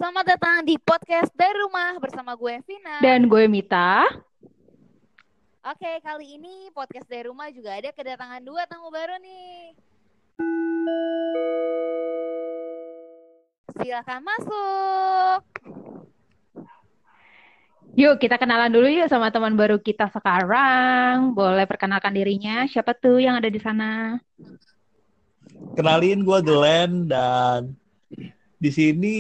Selamat datang di podcast dari rumah bersama gue Vina. Dan gue Mita. Oke, kali ini podcast dari rumah juga ada kedatangan 2 tamu baru nih. Silakan masuk. Yuk kita kenalan dulu yuk sama teman baru kita sekarang. Boleh perkenalkan dirinya. Siapa tuh yang ada di sana? Kenalin, gue Glenn dan di sini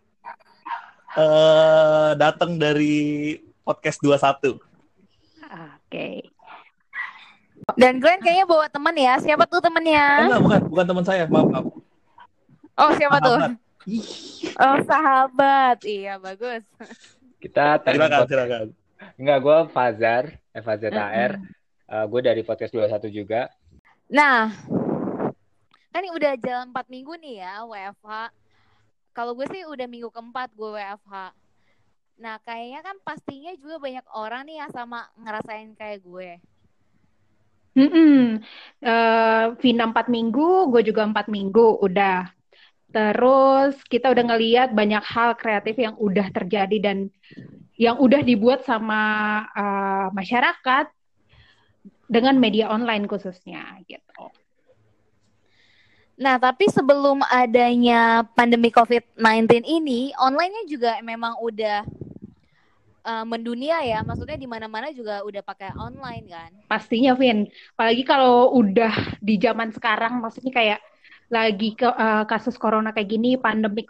datang dari podcast 21. Oke. Dan Glenn kayaknya bawa teman ya. Siapa tuh temennya? Enggak, bukan teman saya. Maaf. Oh, siapa Sahabat. tuh? Oh, sahabat. Iya, bagus. Kita Silakan. Enggak, gue Fazar, FAZAR. Gue dari podcast 21 juga. Nah, kan ini udah jalan 4 minggu nih ya WFH. Kalau gue sih udah minggu keempat gue WFH. Nah, kayaknya kan pastinya juga banyak orang nih yang sama ngerasain kayak gue. Vina 4 minggu, gue juga 4 minggu udah. Terus kita udah ngeliat banyak hal kreatif yang udah terjadi dan yang udah dibuat sama masyarakat dengan media online khususnya gitu. Nah, tapi sebelum adanya pandemi COVID-19 ini, online-nya juga memang udah mendunia ya. Maksudnya di mana-mana juga udah pakai online kan. Pastinya, Vin. Apalagi kalau udah di zaman sekarang, maksudnya kayak lagi kasus corona kayak gini, pandemik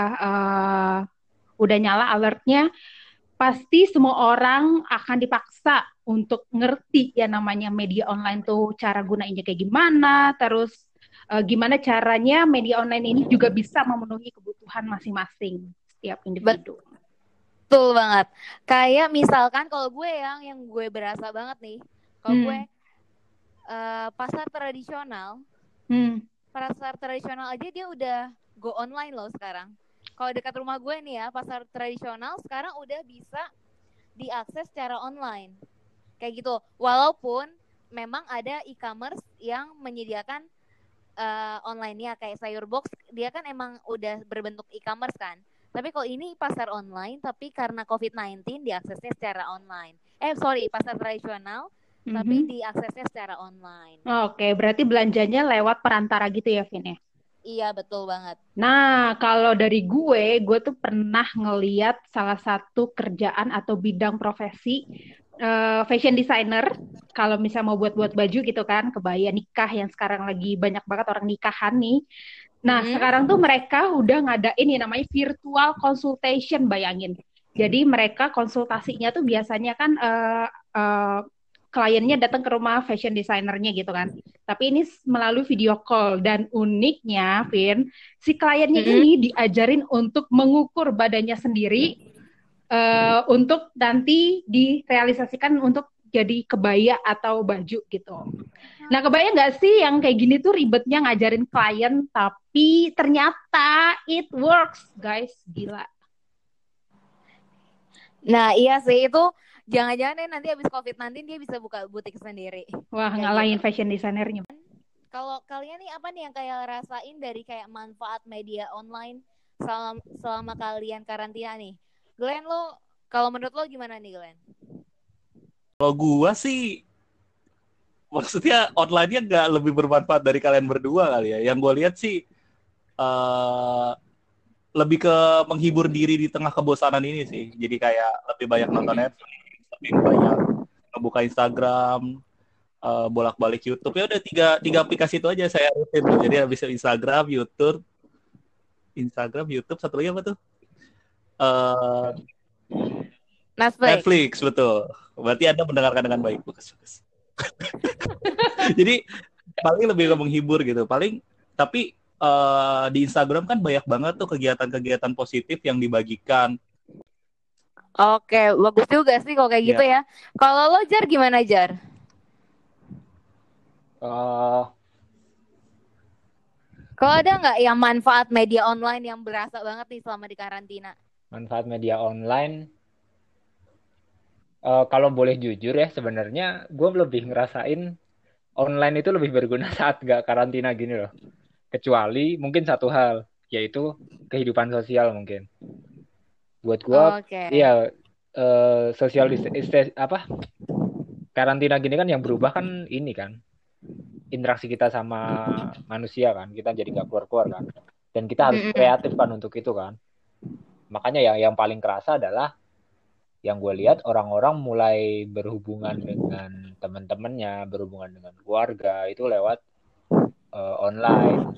udah nyala alertnya, pasti semua orang akan dipaksa untuk ngerti ya namanya media online tuh cara gunainnya kayak gimana, terus gimana caranya media online ini juga bisa memenuhi kebutuhan masing-masing setiap individu. Betul banget. Kayak misalkan kalau gue yang gue berasa banget nih, kalau gue pasar tradisional aja dia udah go online loh sekarang. Kalau dekat rumah gue nih ya, pasar tradisional sekarang udah bisa diakses secara online. Kayak gitu. Walaupun memang ada e-commerce yang menyediakan online-nya kayak sayur box, dia kan emang udah berbentuk e-commerce kan. Tapi kalau ini pasar online, tapi karena COVID-19 diaksesnya secara online. Pasar tradisional, tapi diaksesnya secara online. Oke, berarti belanjanya lewat perantara gitu ya, Vin ya? Iya, betul banget. Nah, kalau dari gue tuh pernah ngeliat salah satu kerjaan atau bidang profesi fashion designer. Kalau misalnya mau buat-buat baju gitu kan, kebaya nikah yang sekarang lagi banyak banget orang nikahan nih. Nah, sekarang tuh mereka udah ngadain yang namanya virtual consultation, bayangin. Jadi mereka konsultasinya tuh biasanya kan kliennya datang ke rumah fashion designernya gitu kan. Tapi ini melalui video call dan uniknya, Vin, si kliennya ini diajarin untuk mengukur badannya sendiri untuk nanti direalisasikan untuk jadi kebaya atau baju gitu. Nah, kebayang nggak sih yang kayak gini tuh ribetnya ngajarin klien, tapi ternyata it works, guys. Gila. Nah, iya sih, itu jangan-jangan nanti habis COVID-19 dia bisa buka butik sendiri. Wah, ngalahin fashion designernya. Kalau kalian nih apa nih yang kayak rasain dari kayak manfaat media online selama kalian karantina nih? Glenn, kalau menurut lo gimana nih, Glenn? Kalau gue sih, maksudnya online-nya nggak lebih bermanfaat dari kalian berdua kali ya. Yang gue lihat sih lebih ke menghibur diri di tengah kebosanan ini sih. Jadi kayak lebih banyak nonton Netflix, lebih banyak ngebuka Instagram, bolak-balik YouTube. Ya udah tiga aplikasi itu aja saya rutin tuh. Jadi habis Instagram, YouTube, satu lagi apa tuh? Netflix, betul. Berarti Anda mendengarkan dengan baik. Bagus. Jadi paling lebih menghibur gitu. Tapi di Instagram kan banyak banget tuh kegiatan-kegiatan positif yang dibagikan. Oke, bagus juga sih kalau kayak gitu ya. Kalau lo, Jar, gimana, Jar? Kalau ada nggak yang manfaat media online yang berasa banget nih selama di karantina? Manfaat media online, kalau boleh jujur ya, sebenarnya gue lebih ngerasain online itu lebih berguna saat gak karantina gini loh. Kecuali mungkin satu hal, yaitu kehidupan sosial mungkin. Buat gue, Oke. iya, social apa, karantina gini kan yang berubah kan ini kan, interaksi kita sama manusia kan, kita jadi nggak keluar-keluar kan, dan kita harus kreatif kan untuk itu kan. Makanya yang paling kerasa adalah yang gue lihat orang-orang mulai berhubungan dengan teman-temannya, berhubungan dengan keluarga itu lewat online.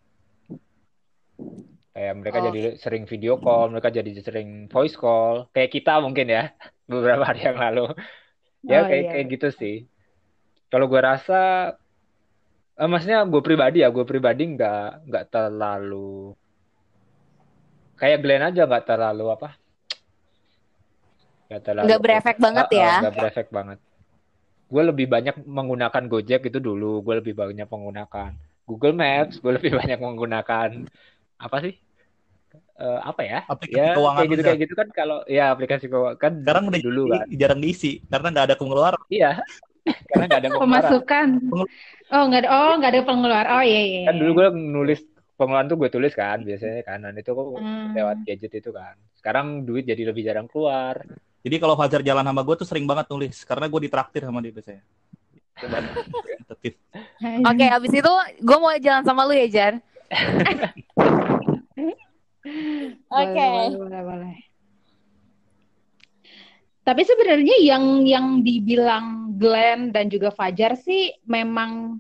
Kayak mereka jadi sering video call, mereka jadi sering voice call, kayak kita mungkin ya beberapa hari yang lalu. Ya kayak gitu sih. Kalau gue rasa, maksudnya gue pribadi nggak terlalu kayak Glenn aja, nggak terlalu apa, Nggak berefek banget ya. nggak berefek banget. Gue lebih banyak menggunakan Gojek itu dulu, gue lebih banyak menggunakan Google Maps, gue lebih banyak menggunakan apa sih? Apa ya? Aplikasi Ya keuangan kayak gitu kan, kalau ya aplikasi keuangan kan sekarang udah dulu kan. jarang diisi karena nggak ada pengeluaran. Iya, karena nggak ada pengeluaran. Pemasukan. Nggak ada pengeluaran. Oh iya. Kan dulu gue nulis pengeluaran tuh gue tulis kan biasanya kan, dan itu kok lewat gadget itu kan. Sekarang duit jadi lebih jarang keluar. Jadi kalau Fajar jalan sama gue tuh sering banget nulis karena gue ditraktir sama dia biasanya. Oke, abis itu gue mau jalan sama lu ya, Jar. Oke. Boleh. Tapi sebenarnya yang dibilang Glenn dan juga Fajar sih memang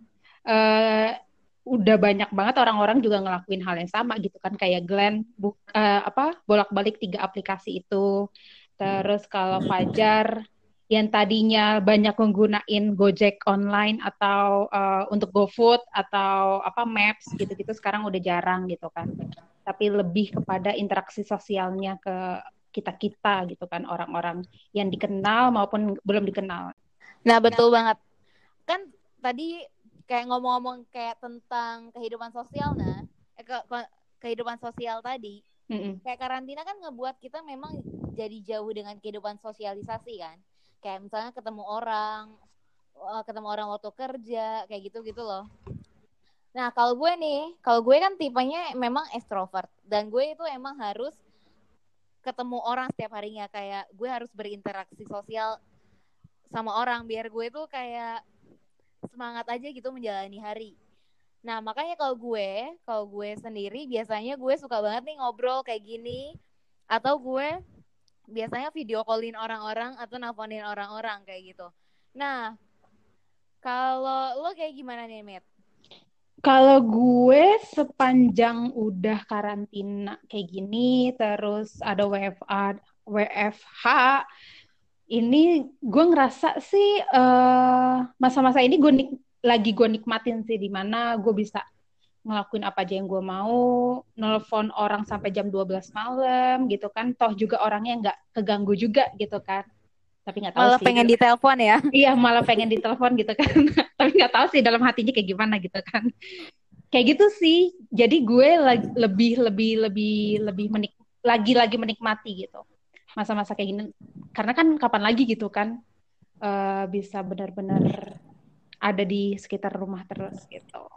udah banyak banget orang-orang juga ngelakuin hal yang sama gitu kan, kayak Glenn bolak-balik 3 aplikasi itu. Terus kalau Fajar yang tadinya banyak menggunain Gojek online atau untuk GoFood atau Maps gitu-gitu, sekarang udah jarang gitu kan. Tapi lebih kepada interaksi sosialnya ke kita gitu kan, orang-orang yang dikenal maupun belum dikenal. Nah, betul banget. Kan tadi kayak ngomong-ngomong kayak tentang kehidupan sosial, kehidupan sosial tadi. Kayak karantina kan ngebuat kita memang jadi jauh dengan kehidupan sosialisasi kan. Kayak misalnya ketemu orang waktu kerja, kayak gitu-gitu loh. Nah, kalau gue kan tipenya memang ekstrovert, dan gue itu emang harus ketemu orang setiap harinya, kayak gue harus berinteraksi sosial sama orang biar gue tuh kayak semangat aja gitu menjalani hari. Nah, makanya kalau gue sendiri biasanya gue suka banget nih ngobrol kayak gini, atau gue biasanya video callin orang-orang atau nelfonin orang-orang kayak gitu. Nah, kalau lo kayak gimana nih, Met? Kalau gue sepanjang udah karantina kayak gini, terus ada WFH, ini gue ngerasa sih masa-masa ini lagi gue nikmatin sih, dimana gue bisa ngelakuin apa aja yang gue mau, nelfon orang sampai jam 12 malam gitu kan, toh juga orangnya nggak keganggu juga gitu kan. Tapi nggak tahu malah sih. Pengen ditelepon ya? Iya, malah pengen ditelepon gitu kan. Tapi nggak tahu sih dalam hatinya kayak gimana gitu kan. Kayak gitu sih. Jadi gue lebih menikmati gitu masa-masa kayak gini. Karena kan kapan lagi gitu kan bisa benar-benar ada di sekitar rumah terus gitu.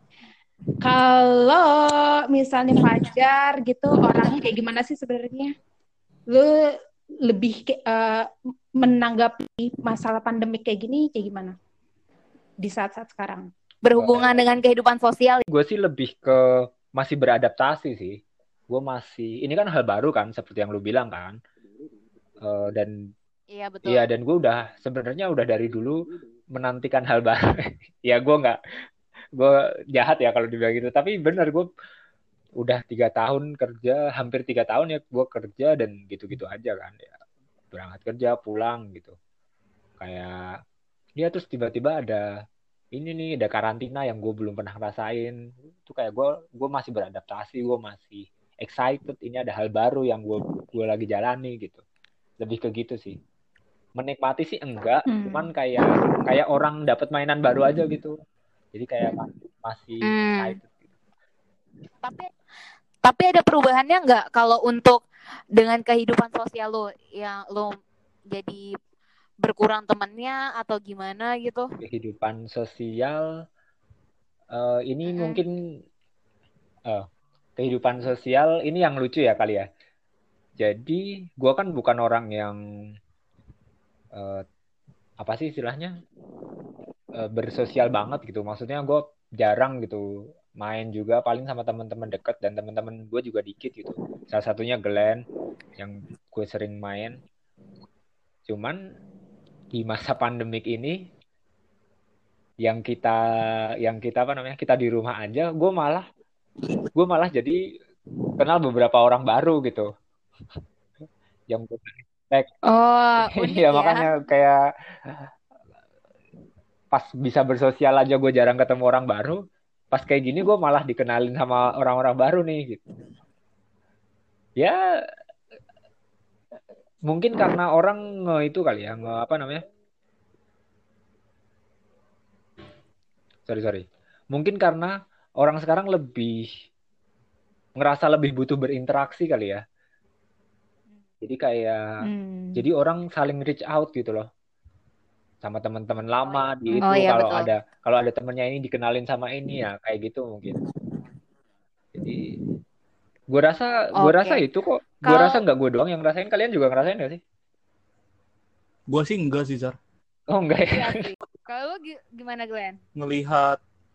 Kalau misalnya Fajar gitu, orangnya kayak gimana sih sebenarnya? Lu lebih menanggapi masalah pandemik kayak gini kayak gimana di saat-saat sekarang? Berhubungan dengan kehidupan sosial. Gue sih lebih ke masih beradaptasi sih. Gue masih, ini kan hal baru kan, seperti yang lu bilang kan. Dan iya betul. Iya, dan gue sebenarnya udah dari dulu menantikan hal baru. Ya gue jahat ya kalau dibilang gitu. Tapi bener, gue udah 3 tahun kerja, hampir 3 tahun ya gue kerja, dan gitu-gitu aja kan ya, berangkat kerja pulang gitu, kayak ya terus tiba-tiba ada karantina yang gue belum pernah rasain. Itu kayak gue masih beradaptasi, gue masih excited, ini ada hal baru yang gue lagi jalani gitu. Lebih ke gitu sih, menikmati sih enggak, cuman kayak orang dapat mainan baru aja gitu, jadi kayak masih excited. Tapi ada perubahannya nggak kalau untuk dengan kehidupan sosial lo, yang lo jadi berkurang temannya atau gimana gitu? Kehidupan sosial ini mungkin kehidupan sosial ini yang lucu ya kali ya. Jadi gue kan bukan orang yang apa sih istilahnya bersosial banget gitu. Maksudnya gue jarang gitu main juga paling sama teman-teman dekat dan teman-teman gue juga dikit gitu. Salah satunya Glenn yang gue sering main. Cuman di masa pandemik ini yang kita apa namanya kita di rumah aja, gue malah jadi kenal beberapa orang baru gitu yang gue expect. Oh, unik Ya ya. makanya kayak pas bisa bersosial aja gue jarang ketemu orang baru. Pas kayak gini gue malah dikenalin sama orang-orang baru nih gitu. Ya mungkin karena orang itu kali ya, apa namanya? Sorry. Mungkin karena orang sekarang ngerasa lebih butuh berinteraksi kali ya. Jadi kayak jadi orang saling reach out gitu loh sama teman-teman lama di itu. Oh iya, Kalau betul. ada temennya ini dikenalin sama ini ya kayak gitu mungkin. Jadi gue rasa Oke. itu kok. Gue Kalau rasa nggak gue doang yang ngerasain, kalian juga ngerasain nggak sih? Gue sih enggak sih, Zar. Oh enggak ya? iya sih. Kalau lu gimana, Glenn? Ngelihat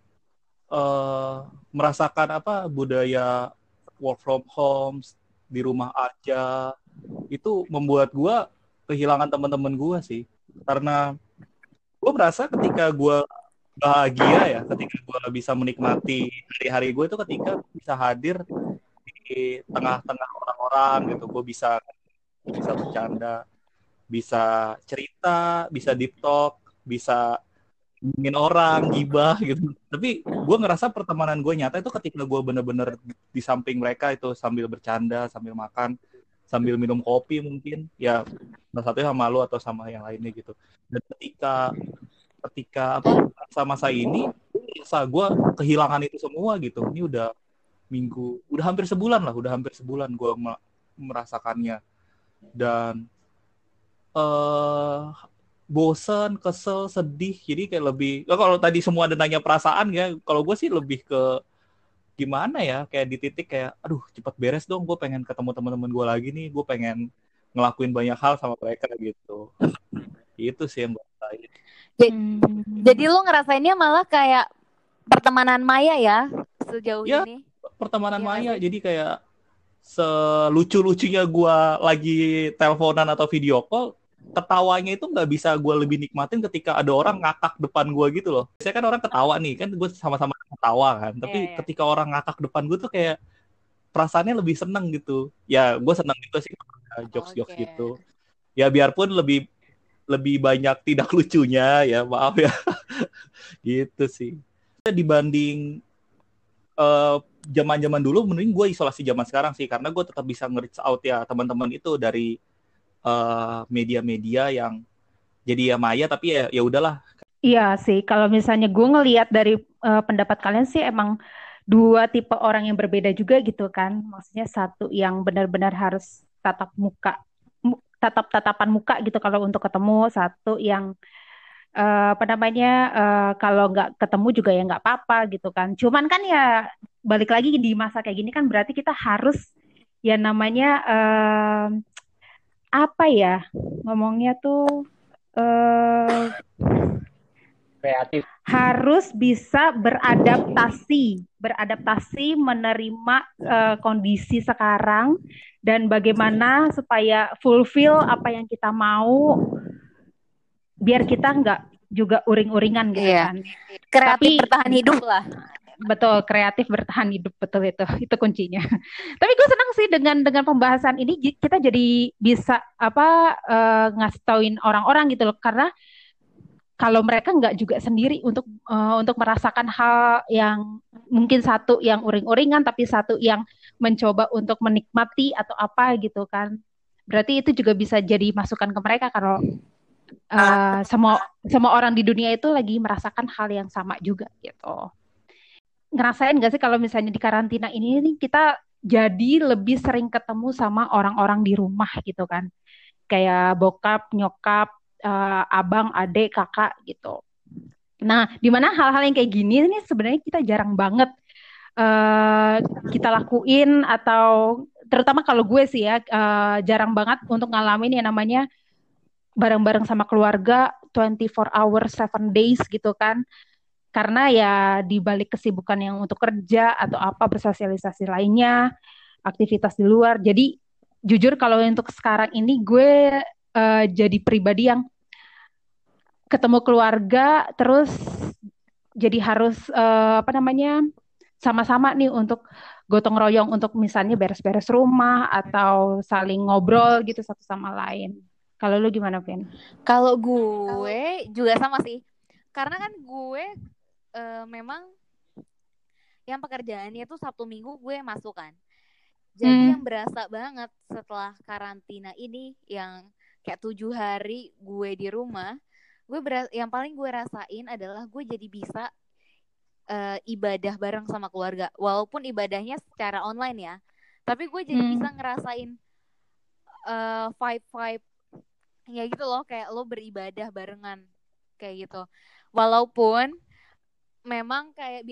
merasakan apa budaya work from home di rumah aja itu membuat gue kehilangan teman-teman gue sih, karena gue merasa ketika gue bahagia ya, ketika gue bisa menikmati hari-hari gue itu ketika bisa hadir di tengah-tengah orang-orang gitu. Gue bisa bercanda, bisa cerita, bisa deep talk, bisa ngomongin orang, gibah gitu. Tapi gue ngerasa pertemanan gue nyata itu ketika gue bener-bener di samping mereka itu sambil bercanda, sambil makan, sambil minum kopi mungkin. Ya salah satunya sama lu atau sama yang lainnya gitu. Dan ketika masa-masa ini, gue kehilangan itu semua gitu. Ini udah hampir sebulan gue merasakannya. Dan bosen, kesel, sedih. Jadi kayak lebih, kalau tadi semua ada nanya perasaan ya, kalau gue sih lebih ke gimana ya, kayak di titik kayak, aduh cepat beres dong, gue pengen ketemu teman-teman gue lagi nih, gue pengen ngelakuin banyak hal sama mereka gitu. Itu sih yang gue rasain. Jadi lu ngerasainnya malah kayak pertemanan maya ya sejauh Ya, ini? pertemanan Iya nggak maya. sih? Jadi kayak selucu-lucunya gue lagi teleponan atau video call, ketawanya itu nggak bisa gue lebih nikmatin ketika ada orang ngakak depan gue gitu loh. Biasanya kan orang ketawa nih, kan gue sama-sama ketawa kan. Tapi Iya. ketika orang ngakak depan gue tuh kayak perasaannya lebih seneng gitu. Ya gue seneng juga sih jokes-jokes Oke. gitu. Ya biarpun lebih banyak tidak lucunya ya, maaf ya. Gitu sih. Dibanding zaman-zaman dulu, mending gue isolasi zaman sekarang sih, karena gue tetap bisa nge-reach out ya teman-teman itu dari media-media yang jadi ya maya, tapi ya udahlah. Iya sih, kalau misalnya gue ngelihat dari pendapat kalian sih emang dua tipe orang yang berbeda juga gitu kan. Maksudnya satu yang benar-benar harus tatapan muka gitu kalau untuk ketemu, satu yang apa namanya kalau nggak ketemu juga ya nggak apa-apa gitu kan. Cuman kan ya balik lagi di masa kayak gini kan berarti kita harus ya namanya apa ya ngomongnya tuh Kreatif. harus bisa beradaptasi menerima kondisi sekarang dan bagaimana supaya fulfill apa yang kita mau biar kita nggak juga uring-uringan gitu Iya. kan. Kreatif Tapi bertahan hidup lah. betul, kreatif bertahan hidup, betul itu kuncinya. Tapi gue senang sih dengan pembahasan ini kita jadi bisa ngasih tauin orang-orang gitu loh, karena kalau mereka nggak juga sendiri untuk merasakan hal yang mungkin satu yang uring-uringan tapi satu yang mencoba untuk menikmati atau apa gitu kan. Berarti itu juga bisa jadi masukan ke mereka kalau semua orang di dunia itu lagi merasakan hal yang sama juga gitu. Ngerasain nggak sih kalau misalnya di karantina ini kita jadi lebih sering ketemu sama orang-orang di rumah gitu kan, kayak bokap, nyokap, abang, adik, kakak gitu. Nah, di mana hal-hal yang kayak gini ini sebenarnya kita jarang banget eh, kita lakuin, atau terutama kalau gue sih ya, jarang banget untuk ngalamin yang namanya bareng-bareng sama keluarga 24 hours 7 days gitu kan. Karena ya di balik kesibukan yang untuk kerja atau apa bersosialisasi lainnya, aktivitas di luar. Jadi jujur kalau untuk sekarang ini gue jadi pribadi yang ketemu keluarga terus jadi harus apa namanya sama-sama nih untuk gotong royong untuk misalnya beres-beres rumah atau saling ngobrol gitu satu sama lain. Kalau lu gimana, Vin? Kalau gue juga sama sih. Karena kan gue memang yang pekerjaannya tuh Sabtu Minggu gue masuk kan. Jadi yang berasa banget setelah karantina ini yang kayak 7 hari gue di rumah, yang paling gue rasain adalah gue jadi bisa ibadah bareng sama keluarga. Walaupun ibadahnya secara online ya, tapi gue jadi bisa ngerasain vibe ya gitu loh, kayak lo beribadah barengan kayak gitu. Walaupun memang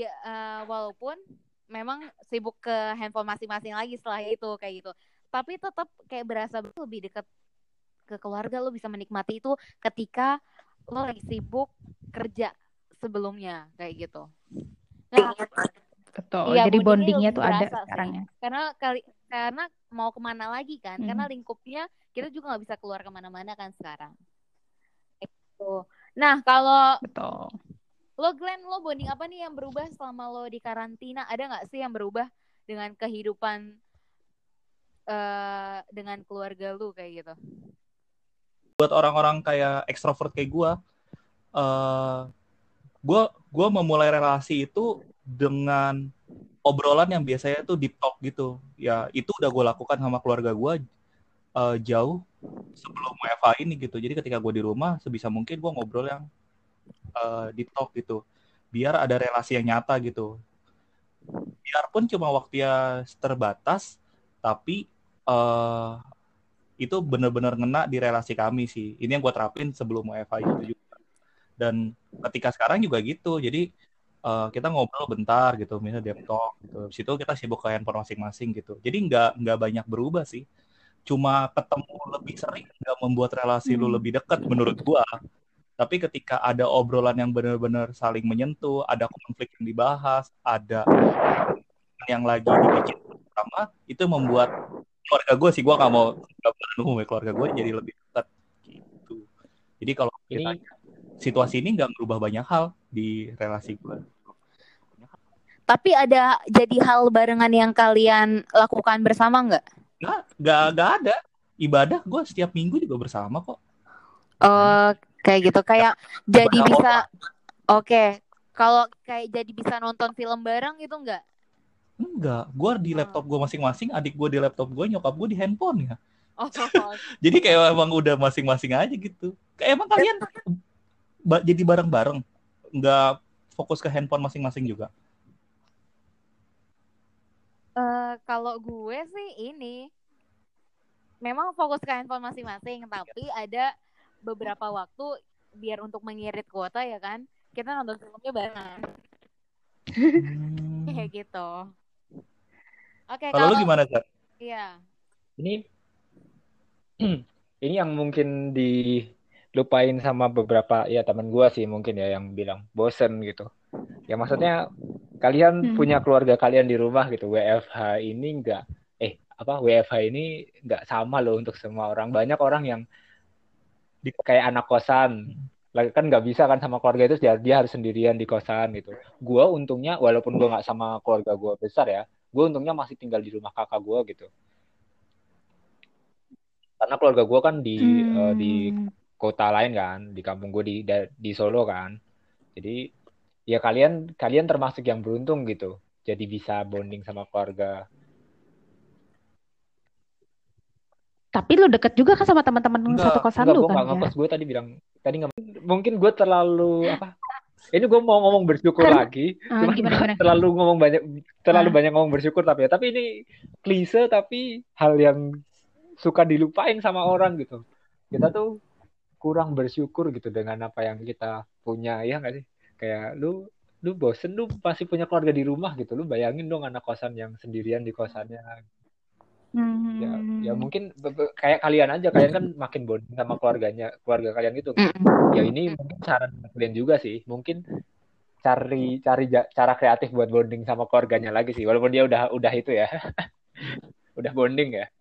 sibuk ke handphone masing-masing lagi setelah itu kayak gitu, tapi tetap kayak berasa lebih dekat ke keluarga. Lo bisa menikmati itu ketika lo lagi sibuk kerja sebelumnya kayak gitu. Nah, betul. Jadi bondingnya tuh ada sekarang ya. Karena mau kemana lagi kan? Karena lingkupnya kita juga nggak bisa keluar kemana-mana kan sekarang. Itu. Nah, kalau betul. Lo Glenn, lo bonding apa nih yang berubah selama lo di karantina? Ada nggak sih yang berubah dengan kehidupan dengan keluarga lo kayak gitu? Buat orang-orang kayak ekstrovert kayak gue memulai relasi itu dengan obrolan yang biasanya tuh deep talk gitu. Ya itu udah gue lakukan sama keluarga gue jauh sebelum WFH ini gitu. Jadi ketika gue di rumah sebisa mungkin gue ngobrol yang deep talk gitu, biar ada relasi yang nyata gitu. Biarpun cuma waktunya terbatas, tapi itu benar-benar ngena di relasi kami sih. Ini yang gue terapin sebelum WFH itu juga. Dan ketika sekarang juga gitu. Jadi kita ngobrol bentar gitu, misalnya deep talk gitu. Habis itu kita sibuk ke handphone masing-masing gitu. Jadi nggak banyak berubah sih. Cuma ketemu lebih sering nggak membuat relasi lu lebih dekat menurut gue. Tapi ketika ada obrolan yang benar-benar saling menyentuh, ada konflik yang dibahas, ada yang lagi dibikin sama, itu membuat keluarga gue sih, gue nggak mau keluarga gue jadi lebih dekat gitu. Jadi kalau ini situasi ini nggak merubah banyak hal di relasi gue. Tapi ada jadi hal barengan yang kalian lakukan bersama nggak? Nggak ada. Ibadah gue setiap minggu juga bersama kok. Kayak gitu, kayak jadi bisa kalau kayak jadi bisa nonton film bareng itu enggak? Enggak, gue di laptop gue masing-masing, adik gue di laptop gue, nyokap gue di handphone ya. Jadi kayak emang udah masing-masing aja gitu. Kayak emang kalian jadi bareng-bareng, nggak fokus ke handphone masing-masing juga? Kalau gue sih ini memang fokus ke handphone masing-masing, tapi ada beberapa waktu biar untuk mengirit kuota ya kan, kita nonton filmnya bareng. Kayak gitu. Kalau lu gimana, Kak? Iya. Ini yang mungkin dilupain sama beberapa ya teman gue sih mungkin ya, yang bilang bosen gitu. Ya maksudnya kalian punya keluarga kalian di rumah gitu. WFH ini WFH ini nggak sama loh untuk semua orang. Banyak orang yang kayak anak kosan, kan nggak bisa kan sama keluarga itu, dia harus sendirian di kosan gitu. Gue untungnya walaupun gue nggak sama keluarga gue besar ya, gue untungnya masih tinggal di rumah kakak gue gitu. Karena keluarga gue kan di kota lain kan, di kampung gue di Solo kan. Jadi ya kalian termasuk yang beruntung gitu. Jadi bisa bonding sama keluarga. Tapi lu deket juga kan sama teman-teman satu kosan lu kan? Enggak, gue nggak ngekos. Gue tadi bilang mungkin gue terlalu apa? Ini gue mau ngomong bersyukur lagi, cuma terlalu banyak ngomong bersyukur tapi ini klise tapi hal yang suka dilupain sama orang gitu. Kita tuh kurang bersyukur gitu dengan apa yang kita punya, ya nggak sih? Kayak lu lu bosen lu masih punya keluarga di rumah gitu. Lu bayangin dong anak kosan yang sendirian di kosannya. Ya mungkin kayak kalian aja, kalian kan makin bonding sama keluarga kalian gitu kan. Ya ini mungkin saran kalian juga sih, mungkin cari cara kreatif buat bonding sama keluarganya lagi sih, walaupun dia udah itu ya. Udah bonding ya.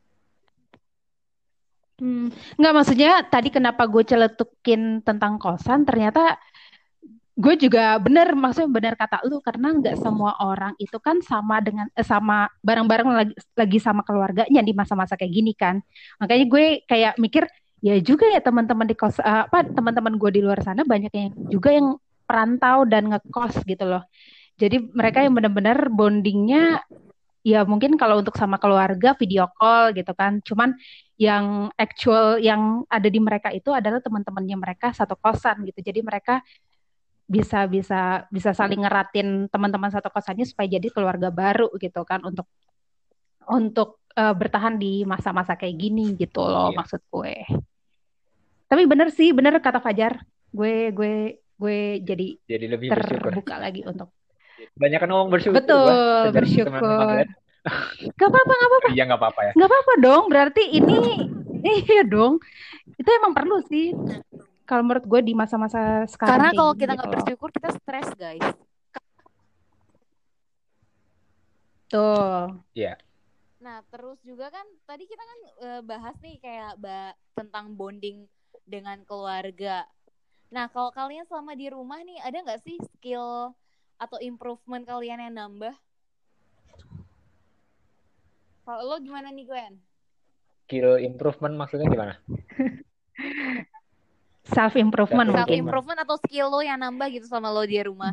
Nggak, maksudnya tadi kenapa gue celetukin tentang kosan, ternyata gue juga maksudnya bener kata lu, karena nggak semua orang itu kan sama dengan sama bareng-bareng lagi sama keluarganya di masa-masa kayak gini kan. Makanya gue kayak mikir ya juga ya teman-teman di kos teman-teman gue di luar sana banyak yang juga yang perantau dan ngekos gitu loh. Jadi mereka yang benar-benar bondingnya ya mungkin kalau untuk sama keluarga video call gitu kan. Cuman yang actual yang ada di mereka itu adalah teman-temannya mereka satu kosan gitu. Jadi mereka bisa saling ngeratin teman-teman satu kosannya supaya jadi keluarga baru gitu kan, untuk bertahan di masa-masa kayak gini gitu loh. Maksud gue. Tapi bener kata Fajar, gue jadi lebih terbuka lagi untuk banyak kan ngomong bersyukur. Betul, bersyukur. Gak apa-apa. Iya, gak apa-apa ya. Gak apa-apa dong, berarti ini iya dong. Itu emang perlu sih. Kalau menurut gue di masa-masa sekarang. Karena kalau kita nggak bersyukur, kita stres, guys. Tuh. Iya. Nah, terus juga kan tadi kita kan bahas nih kayak tentang bonding dengan keluarga. Nah, kalau kalian selama di rumah nih, ada nggak sih skill atau improvement kalian yang nambah? Kalau lo gimana nih, Glenn? Skill improvement maksudnya gimana? Self improvement mungkin. Self improvement atau skill lo yang nambah gitu sama lo di rumah.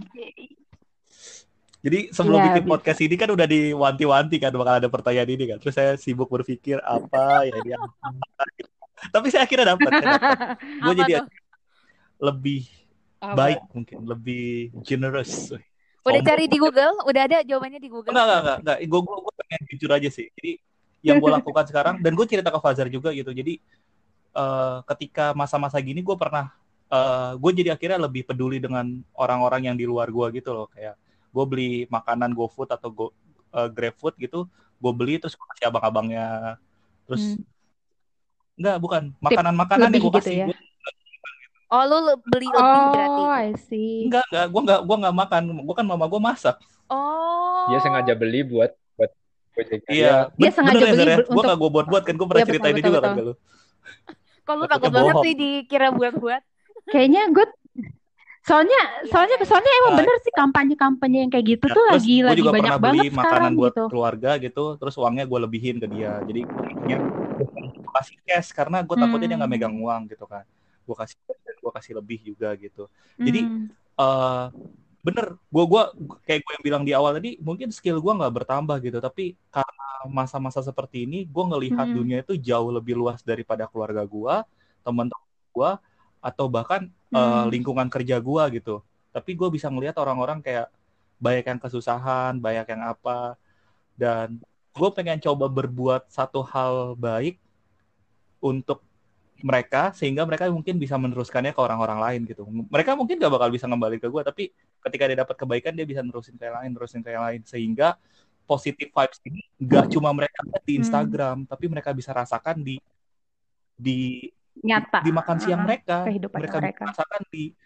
Jadi sebelum bikin podcast ini kan udah diwanti-wanti kan bakal ada pertanyaan ini kan. Terus saya sibuk berpikir apa ya dia. Tapi saya akhirnya dapat. Gue jadi lebih baik mungkin, lebih generous. Udah cari di Google? Udah ada jawabannya di Google? Enggak. Gue pengen jujur aja sih. Jadi yang gue lakukan sekarang, dan gue cerita ke Fajar juga gitu. Jadi ketika masa-masa gini gue pernah, gue jadi akhirnya lebih peduli dengan orang-orang yang di luar gue gitu loh. Kayak gue beli makanan GoFood atau GrabFood gitu, gue beli terus gue kasih abang-abangnya. Terus bukan makanan-makanan yang gue kasih. Gitu ya? Oh, lu beli lebih berarti? Oh, I see. Enggak, gue nggak makan. Gue kan mama gue masak. Oh. Dia sengaja beli buat iya, dia sengaja beli gue nggak gue buat kan, gue pernah cerita ini juga kan ke lu. Kok lu takut banget sih dikira buat-buat? Kayaknya gue soalnya emang bener sih kampanye yang kayak gitu tuh lagi juga banyak banget beli makanan buat gitu. Keluarga gitu, terus uangnya gue lebihin ke dia. Jadi gue kasih cash karena gue takutnya dia nggak megang uang gitu kan. Gue kasih lebih juga gitu. Jadi bener, gue kayak gue yang bilang di awal tadi, mungkin skill gue nggak bertambah gitu, tapi karena masa-masa seperti ini gue ngelihat dunia itu jauh lebih luas daripada keluarga gue, teman-teman gue, atau bahkan lingkungan kerja gue gitu. Tapi gue bisa ngelihat orang-orang kayak banyak yang kesusahan, banyak yang apa, dan gue pengen coba berbuat satu hal baik untuk mereka, sehingga mereka mungkin bisa meneruskannya ke orang-orang lain gitu. Mereka mungkin gak bakal bisa kembali ke gue, tapi ketika dia dapat kebaikan, dia bisa nerusin ke yang lain, sehingga positive vibes ini gak cuma mereka lihat di Instagram, tapi mereka bisa rasakan di nyata, di makan siang mereka bisa rasakan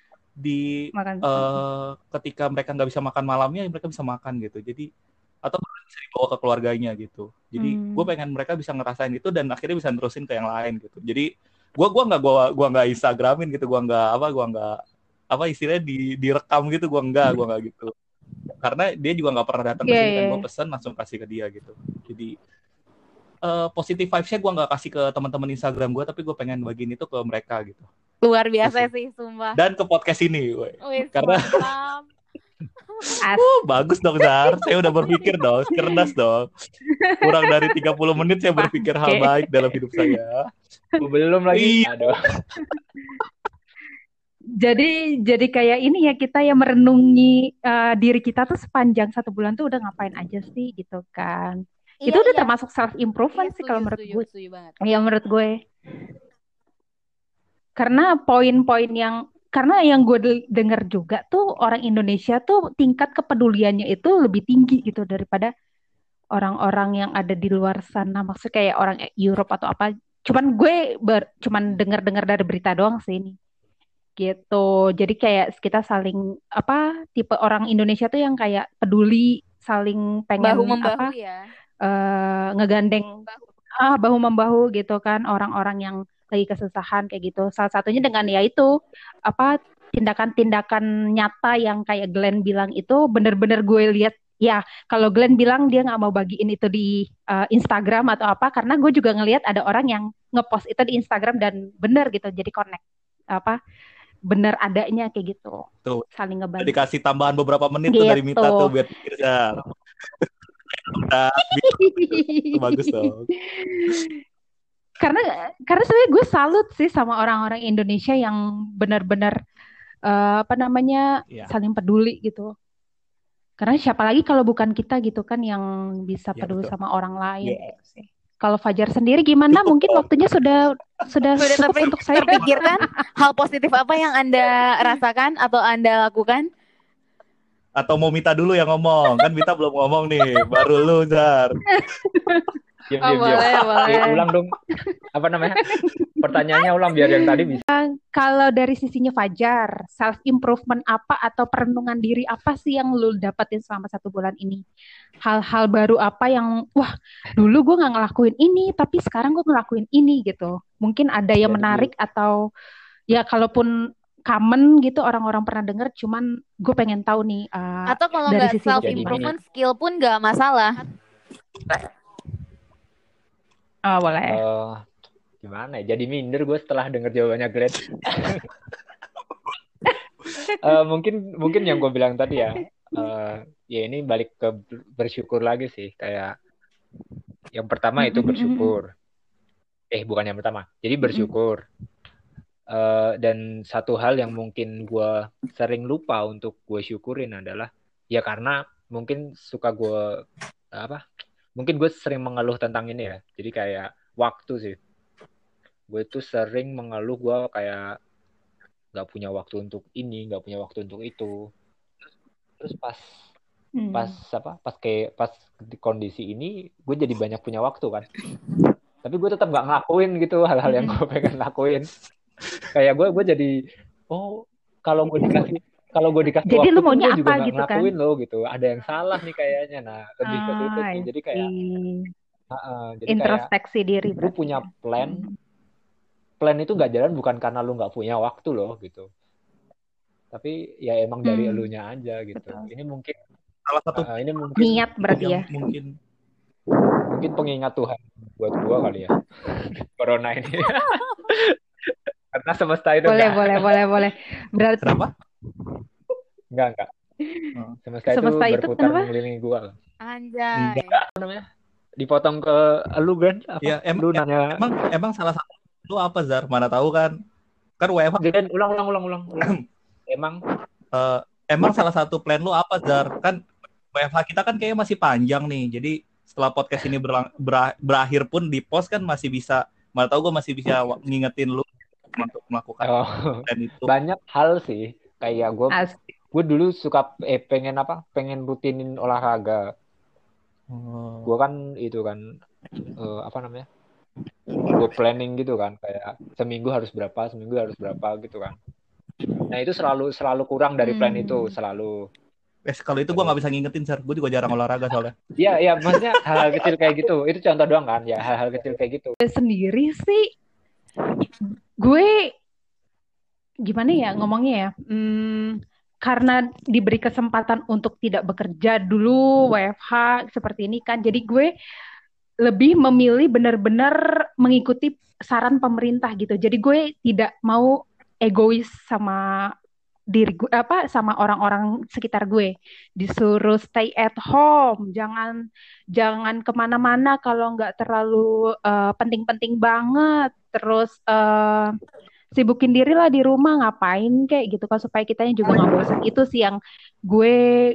ketika mereka nggak bisa makan malamnya, mereka bisa makan gitu. Jadi atau bisa dibawa ke keluarganya gitu. Jadi gue pengen mereka bisa ngerasain itu dan akhirnya bisa nerusin ke yang lain gitu. Jadi gue nggak Instagramin gitu, gue nggak istilahnya direkam gitu, gue nggak gitu. Karena dia juga nggak pernah datang ke sini kan, gue pesan langsung kasih ke dia gitu. Jadi positive vibes-nya gue nggak kasih ke teman-teman Instagram gue, tapi gue pengen bagiin itu ke mereka gitu. Luar biasa sih, sumpah. Dan ke podcast ini, karena bagus dong, Zar. Saya udah berpikir dong, cerdas dong. Kurang dari 30 menit saya berpikir hal baik dalam hidup saya. Belum lagi. Aduh. Jadi kayak ini ya, kita yang merenungi diri kita tuh sepanjang 1 bulan tuh udah ngapain aja sih gitu kan. Itu udah termasuk self improvement sih kalau menurut gue. Iya, menurut gue. Karena poin-poin yang karena yang gue dengar juga tuh orang Indonesia tuh tingkat kepeduliannya itu lebih tinggi gitu daripada orang-orang yang ada di luar sana. Maksudnya kayak orang Europe atau apa. Cuman dengar-dengar dari berita doang sih ini. Gitu. Jadi kayak kita saling apa tipe orang Indonesia tuh yang kayak peduli, saling Bahu pengen membahu apa ya. ngegandeng bahu membahu gitu kan orang-orang yang lagi kesusahan kayak gitu. Salah satunya dengan ya itu apa tindakan-tindakan nyata yang kayak Glenn bilang itu bener-bener gue lihat ya. Kalau Glenn bilang dia nggak mau bagiin itu di Instagram atau apa karena gue juga ngelihat ada orang yang ngepost itu di Instagram dan bener gitu jadi connect apa bener adanya kayak gitu Tuh, saling ngebantu dikasih tambahan beberapa menit tuh dari Mita tuh gitu. biar pikir Zar. Udah, itu bagus dong. karena sebenarnya gue salut sih sama orang-orang Indonesia yang benar-benar apa namanya Iya. saling peduli gitu. Karena siapa lagi kalau bukan kita gitu kan yang bisa Iya, peduli betul. sama orang lain Iya. gitu sih. Kalau Fajar sendiri gimana? Cukup Mungkin dong. waktunya sudah cukup untuk saya. terpikirkan hal positif apa yang Anda rasakan atau Anda lakukan? Atau mau Mita dulu yang ngomong? Kan Mita belum ngomong nih, baru lu Zar. Diam. Boleh. Ulang dong. Apa namanya? Pertanyaannya ulang biar yang tadi bisa. Kalau dari sisinya Fajar, self improvement apa atau perenungan diri apa sih yang lu dapetin selama 1 bulan ini? Hal-hal baru apa yang wah dulu gue nggak ngelakuin ini tapi sekarang gue ngelakuin ini gitu. Mungkin ada yang menarik atau ya kalaupun common gitu orang-orang pernah dengar, cuman gue pengen tahu nih. Atau kalau dari nggak sisi self lu improvement skill pun nggak masalah. Oh, boleh. Gimana ya? Jadi minder gue setelah denger jawabannya Glenn. Mungkin yang gue bilang tadi ya. Ya ini balik ke bersyukur lagi sih. Kayak yang pertama itu bersyukur. Bukan yang pertama. Jadi bersyukur. Dan satu hal yang mungkin gue sering lupa untuk gue syukurin adalah ya karena mungkin suka gue mungkin gue sering mengeluh tentang ini ya. Jadi kayak waktu sih. Gue tuh sering mengeluh gue kayak nggak punya waktu untuk ini, nggak punya waktu untuk itu. Terus pas di kondisi ini gue jadi banyak punya waktu kan. Tapi gue tetap nggak ngelakuin gitu hal-hal yang gue pengen lakuin. Kayak gue jadi kalau gue dikasih jadi waktu lu maunya gue juga apa nggak gitu ngelakuin kan? loh gitu. Ada yang salah nih kayaknya. Nah lebih ke situ sih. Jadi kayak jadi introspeksi kayak, diri. Lu punya plan itu nggak jalan bukan karena lu nggak punya waktu loh gitu. Tapi ya emang dari elunya aja gitu. Betul. Ini mungkin salah satu ini mungkin niat berarti ya. Mungkin pengingat Tuhan buat gua kali ya. Corona ini. Karena semesta itu boleh. Berarti kenapa? Enggak. Semesta itu berputar mengelilingi gua. Anjay. Apa namanya? Dipotong ke lu Glenn? Ya, lu nanya emang salah satu lu apa Zar? Mana tahu kan WFH. Glenn, ulang. Emang salah satu plan lu apa Zar? Kan WFH kita kan kayaknya masih panjang nih. Jadi setelah podcast ini berakhir pun di post kan masih bisa, mana tahu gue masih bisa ngingetin lu untuk melakukan plan itu. Banyak hal sih. Kayak gue dulu suka pengen rutinin olahraga. Gue kan itu kan gue planning gitu kan, kayak seminggu harus berapa gitu kan. Nah itu selalu kurang dari plan itu selalu. Kalau itu gue nggak bisa ngingetin Sar, gue juga jarang olahraga soalnya. Iya maksudnya hal-hal kecil kayak gitu, itu contoh doang kan ya, hal-hal kecil kayak gitu. Sendiri sih gue gimana ya ngomongnya ya, karena diberi kesempatan untuk tidak bekerja dulu WFH seperti ini kan, jadi gue lebih memilih benar-benar mengikuti saran pemerintah gitu. Jadi gue tidak mau egois sama diri gue, sama orang-orang sekitar gue. Disuruh stay at home, jangan kemana-mana kalau nggak terlalu penting-penting banget. Terus sibukin diri lah di rumah, ngapain kayak gitu kan, supaya kitanya juga nggak bosan. Itu sih yang gue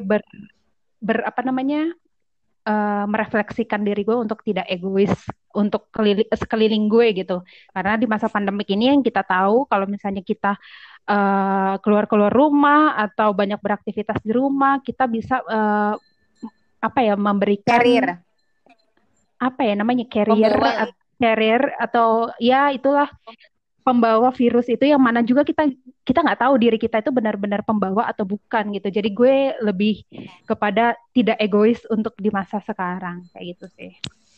merefleksikan diri gue untuk tidak egois untuk sekeliling gue gitu. Karena di masa pandemik ini yang kita tahu kalau misalnya kita keluar-keluar rumah atau banyak beraktivitas di rumah, kita bisa apa ya, memberikan Carrier, apa ya namanya, pembawa lah. carrier atau ya itulah, pembawa virus itu, yang mana juga kita nggak tahu diri kita itu benar-benar pembawa atau bukan gitu. Jadi gue lebih kepada tidak egois untuk di masa sekarang kayak gitu sih.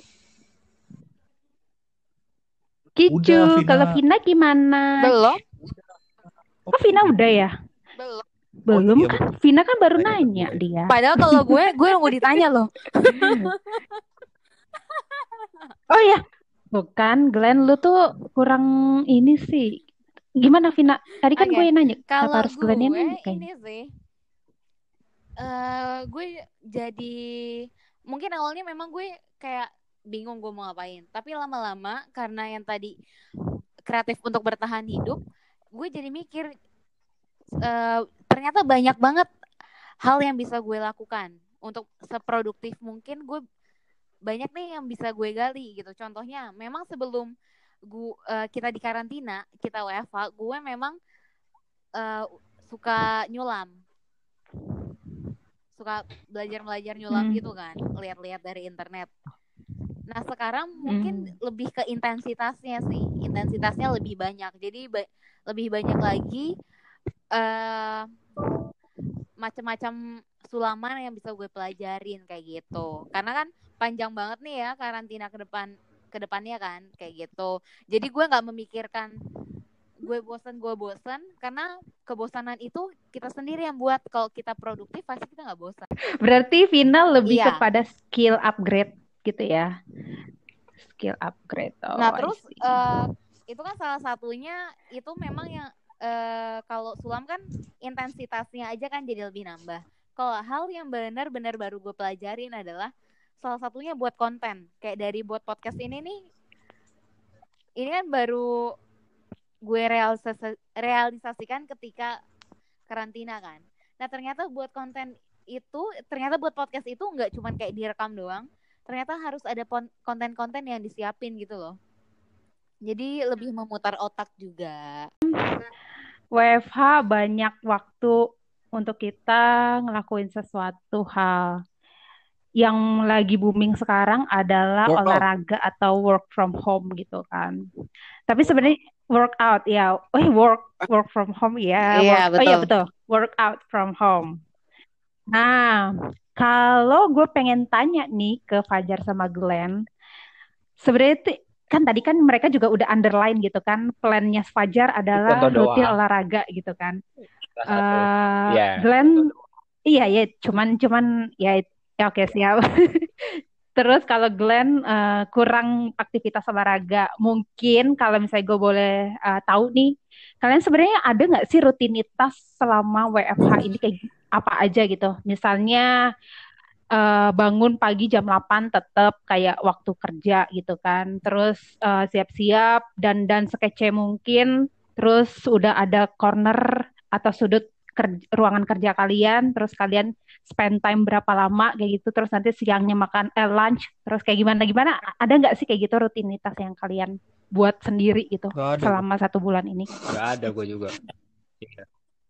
Kicu, Udah, Vina. kalau Vina gimana? Belum? Oh, Vina udah ya? Belum. Belum iya, kan? betul. Vina kan baru Tanya ke nanya gue. dia. Padahal kalau gue nunggu ditanya loh. Oh ya, bukan Glenn, lu tuh kurang ini sih. Gimana Vina? Tadi kan Oke. gue nanya, Kalau apa harus Glenn yang gue nanya kayaknya? ini sih, gue jadi mungkin awalnya memang gue kayak bingung gue mau ngapain, tapi lama-lama karena yang tadi kreatif untuk bertahan hidup, gue jadi mikir ternyata banyak banget hal yang bisa gue lakukan untuk seproduktif mungkin. Gue banyak nih yang bisa gue gali gitu. Contohnya memang sebelum kita di karantina, kita WFH, gue memang suka nyulam, suka belajar nyulam gitu kan, lihat-lihat dari internet. Nah sekarang mungkin lebih ke intensitasnya sih, intensitasnya lebih banyak, jadi lebih banyak lagi macam-macam sulaman yang bisa gue pelajarin kayak gitu. Karena kan panjang banget nih ya karantina ke depannya kan kayak gitu. Jadi gue nggak memikirkan gue bosan, karena kebosanan itu kita sendiri yang buat. Kalau kita produktif pasti kita nggak bosan. Berarti Vina lebih Iya. kepada skill upgrade gitu ya? Skill upgrade. Oh, Nah terus itu kan salah satunya, itu memang yang kalau sulam kan intensitasnya aja kan jadi lebih nambah. Kalau hal yang benar-benar baru gue pelajarin adalah salah satunya buat konten. Kayak dari buat podcast ini nih, ini kan baru gue realisasikan ketika karantina kan. Nah ternyata buat konten itu, ternyata buat podcast itu nggak cuma kayak direkam doang, ternyata harus ada konten-konten yang disiapin gitu loh. Jadi lebih memutar otak juga. WFH banyak waktu untuk kita ngelakuin sesuatu hal. Yang lagi booming sekarang adalah Workout. olahraga atau work from home gitu kan. Tapi sebenarnya workout ya, work from home ya. Iya, Oh iya betul. betul, workout from home. Nah, kalau gue pengen tanya nih ke Fajar sama Glenn, sebenarnya kan tadi kan mereka juga udah underline gitu kan, plannya Fajar adalah Contoh rutin doang. olahraga gitu kan. Salah satu. Ya. Glenn, iya ya, cuman ya oke siap. Terus kalau Glenn kurang aktivitas olahraga, mungkin kalau misalnya gue boleh tahu nih, kalian sebenarnya ada nggak sih rutinitas selama WFH ini kayak apa aja gitu? Misalnya bangun pagi jam 8 tetap kayak waktu kerja gitu kan. Terus siap-siap dan sekece mungkin. Terus udah ada corner atau sudut ruangan kerja kalian. Terus kalian spend time berapa lama kayak gitu. Terus nanti siangnya makan lunch. Terus kayak gimana? Ada nggak sih kayak gitu rutinitas yang kalian buat sendiri gitu Gak ada. selama 1 bulan ini? Gak ada gue juga. Iya.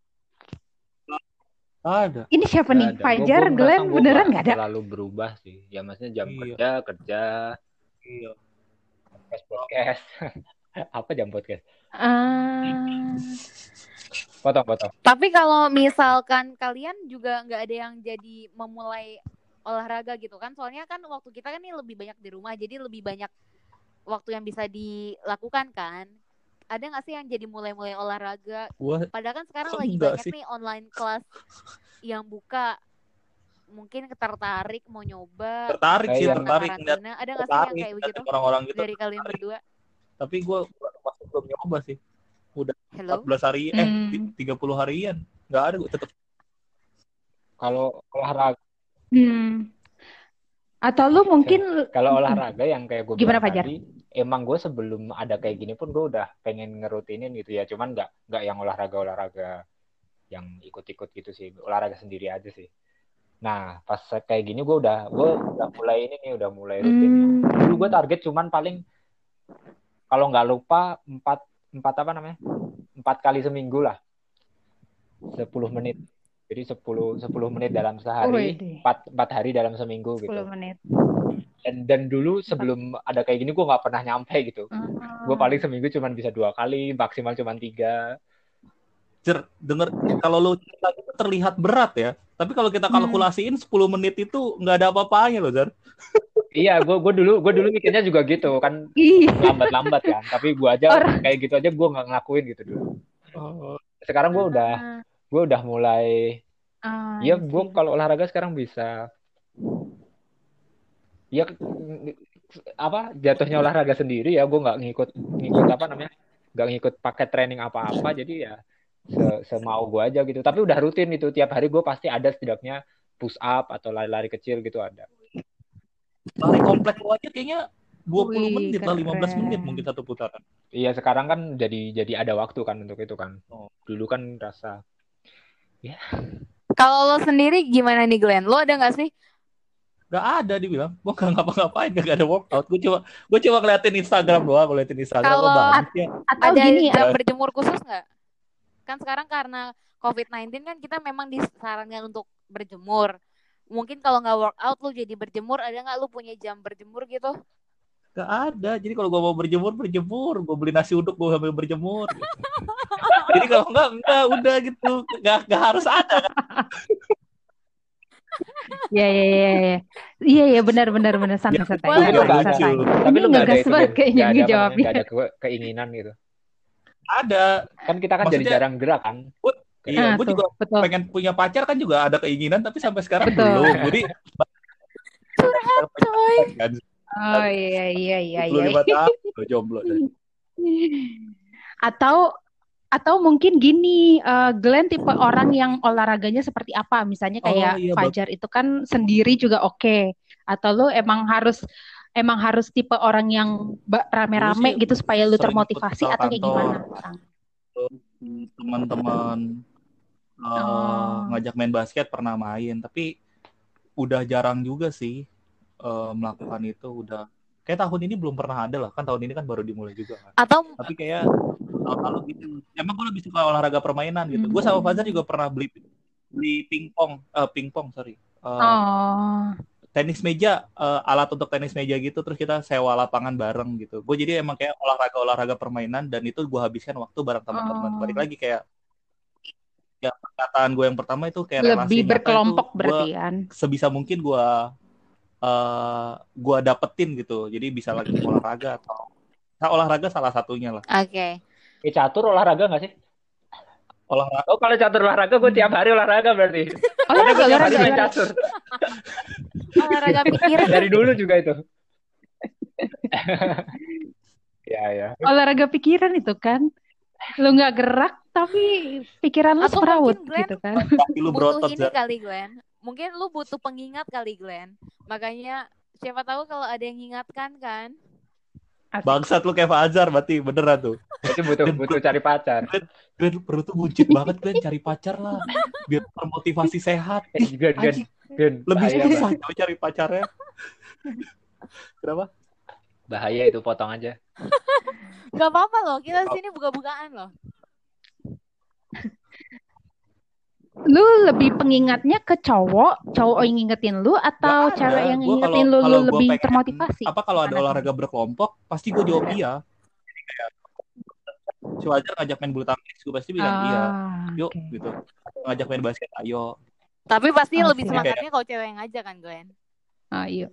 Ada. Ini siapa Gak nih? ada. Fajar, Gua Glenn, merasa beneran gua nggak ada? Terlalu berubah sih. Ya maksudnya jam Iya. kerja, Iya. podcast. Apa jam podcast? Ah, Potong. Tapi kalau misalkan kalian juga nggak ada yang jadi memulai olahraga gitu kan, soalnya kan waktu kita kan ini lebih banyak di rumah, jadi lebih banyak waktu yang bisa dilakukan kan. Ada nggak sih yang jadi mulai olahraga? Padahal kan sekarang lagi enggak banyak sih. nih online kelas yang buka. Mungkin tertarik mau nyoba. Tertarik sih, Kayak- tertarik. Karantina. Ada nggak sih yang kayak begitu Orang-orang gitu. dari kalian berdua? Tapi gue masih belum nyoba sih. Udah Hello? 14 hari, 30 harian. Nggak ada, gue tetap. Kalau olahraga, atau lu mungkin kalau olahraga yang kayak gue gimana, bilang Fajar? tadi, emang gue sebelum ada kayak gini pun gue udah pengen ngerutinin gitu ya. Cuman nggak yang olahraga yang ikut-ikut gitu sih. Olahraga sendiri aja sih. Nah, pas kayak gini gue udah mulai ini nih, udah mulai rutin. Dulu gue target cuman paling kalau nggak lupa 4 kali seminggu lah. 10 menit. Jadi 10 menit dalam sehari, Wih, 4 hari dalam seminggu 10 gitu. menit. Dan dulu sebelum ada kayak gini gue nggak pernah nyampe gitu. Gue paling seminggu cuma bisa 2 kali, maksimal cuma 3. Jer, denger kalau lu cerita itu terlihat berat ya. Tapi kalau kita kalkulasiin 10 menit itu nggak ada apa-apanya loh, Jar. Iya, gue dulu mikirnya juga gitu kan, Ih, lambat-lambat kan. Tapi gue aja orang. kayak gitu aja gue nggak ngelakuin gitu dulu. Oh, Sekarang gue udah mulai, ya I gue see. kalau olahraga sekarang bisa, ya apa jatuhnya olahraga sendiri ya, gue nggak ngikut apa namanya, nggak ngikut paket training apa-apa, jadi ya semau gue aja gitu. Tapi udah rutin itu, tiap hari gue pasti ada setidaknya push up atau lari-lari kecil gitu ada. lari komplek lu aja kayaknya 20 Wih, menit lah, 15 menit keren. mungkin satu putaran. Iya, sekarang kan jadi ada waktu kan untuk itu kan. Oh. Dulu kan rasa ya. Kalau lo sendiri gimana nih Glenn? Lo ada nggak sih? Gak ada dibilang, gue gak ngapa-ngapain, gak ada workout. Gue cuma ngeliatin Instagram doang, ngeliatin Instagram Kalau bagus ya. Atau ada gini jam ya, berjemur khusus nggak? Kan sekarang karena COVID-19 kan kita memang disarankan untuk berjemur. Mungkin kalau nggak workout lo jadi berjemur, ada nggak lo punya jam berjemur gitu? Gak ada. Jadi kalau gue mau berjemur, gue beli nasi uduk, gue sambil berjemur. Gitu. Jadi kalau enggak, udah gitu, gak harus ada. Kan? Iya, benar santai. Boleh, Tapi lu nggak ada. Santai. Tapi lu nggak ada Ngegas itu, banget kayaknya nggak ada apa namanya, ngejawabnya. nggak ada keinginan gitu. Ada. Kan kita kan jadi Maksudnya, jarang gerak kan. Iya, gue tuh, juga betul. pengen punya pacar kan juga ada keinginan, tapi sampai sekarang Betul. belum. Jadi curhat coy. kan, Oh iya. 25 tahun lo jomblo deh. Atau mungkin gini, Glenn tipe orang yang olahraganya seperti apa? Misalnya kayak iya, Fajar itu kan sendiri juga oke. Atau lu emang harus tipe orang yang rame-rame Dulu sih gitu supaya lu sering termotivasi ikut atau kayak kantor. gimana? Teman-teman ngajak main basket pernah main, tapi udah jarang juga sih melakukan itu. Udah kayak tahun ini belum pernah ada lah, kan tahun ini kan baru dimulai juga kan. Atau Tapi kayak kalau gitu, emang gue lebih suka olahraga permainan gitu. Gue sama Fajar juga pernah beli pingpong, sorry. Tenis meja, alat untuk tenis meja gitu, terus kita sewa lapangan bareng gitu. Gue jadi emang kayak olahraga permainan, dan itu gue habiskan waktu bareng teman-teman. Balik lagi kayak ya perkataan gue yang pertama itu kayak relasi lebih nyata berkelompok itu berarti gue kan. sebisa mungkin gue dapetin gitu. Jadi bisa lagi olahraga atau olahraga salah satunya lah. Oke. Catur olahraga nggak sih? Olahraga. Oh, kalau catur olahraga gue tiap hari olahraga berarti. Olahraga. Main catur. Olahraga pikiran. Dari dulu juga itu. Ya. Olahraga pikiran itu kan. Lu nggak gerak tapi pikiran lu Atau semerawut mungkin Glenn gitu kan. butuh ini kali Glenn. Mungkin lu butuh pengingat kali Glenn. Makanya siapa tahu kalau ada yang mengingatkan kan. Asik. Bangsat lu kayak Fajar berarti beneran tuh. Berarti butuh cari pacar. Glenn perut tuh buncit banget, Glenn, cari pacar lah biar termotivasi sehat. Glenn, Lebih bahaya, susah coy cari pacarnya. Kenapa? Bahaya itu, potong aja. Gak apa-apa loh, kita sini buka-bukaan loh. Lu lebih pengingatnya ke cowok yang ngingetin lu atau cewek yang ngingetin lu lebih termotivasi? Apa kalau ada olahraga berkelompok, pasti gue jawab iya. Kayak si Fajar ngajak main bulu tangkis, gue pasti bilang iya. Yuk gitu. Ngajak main basket, ayo. Tapi pasti lebih semangatnya kalau cewek yang ngajak kan, Glenn? Iya.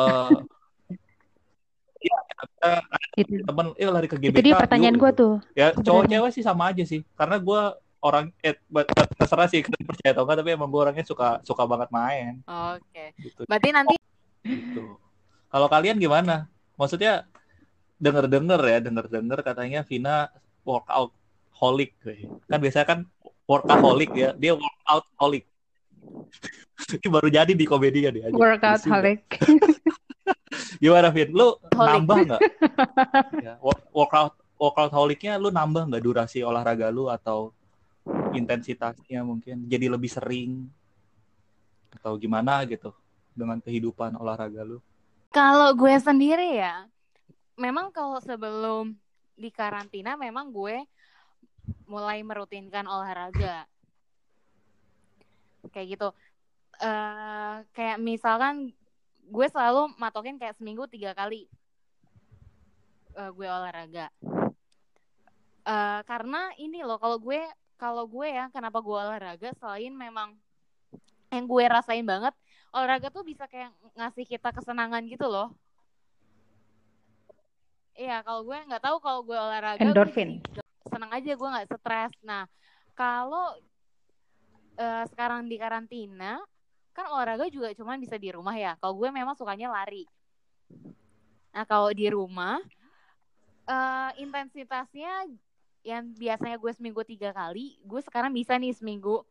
Iya, temen lari ke GBK. Itu dia pertanyaan gue tuh. Ya cowok cewek sih sama aja sih, karena gue orang terserah sih kalian percaya atau enggak, tapi emang gue orangnya suka banget main. Oke. Gitu. Berarti nanti gitu. Kalau kalian gimana? Maksudnya dengar katanya Vina workout holic. Kan biasanya kan workaholic ya, dia workout holic. Ini baru jadi di komedinya dia. Workout holic. Gimana Vin? Lu nambah nggak? Ya, workout holicnya lu nambah nggak durasi olahraga lu atau intensitasnya mungkin jadi lebih sering atau gimana gitu dengan kehidupan olahraga lu? Kalau gue sendiri ya, memang kalau sebelum di karantina memang gue mulai merutinkan olahraga. kayak gitu. Kayak misalkan gue selalu matokin kayak seminggu 3 kali gue olahraga. Karena ini loh, kalau gue ya, kenapa gue olahraga selain memang yang gue rasain banget, olahraga tuh bisa kayak ngasih kita kesenangan gitu loh. Iya, kalau gue nggak tahu, kalau gue olahraga Endorfin. gue jadi senang aja, gue nggak stres. Nah, kalau sekarang di karantina kan olahraga juga cuman bisa di rumah ya. Kalau gue memang sukanya lari. Nah, kalau di rumah intensitasnya yang biasanya gue seminggu 3 kali, gue sekarang bisa nih seminggu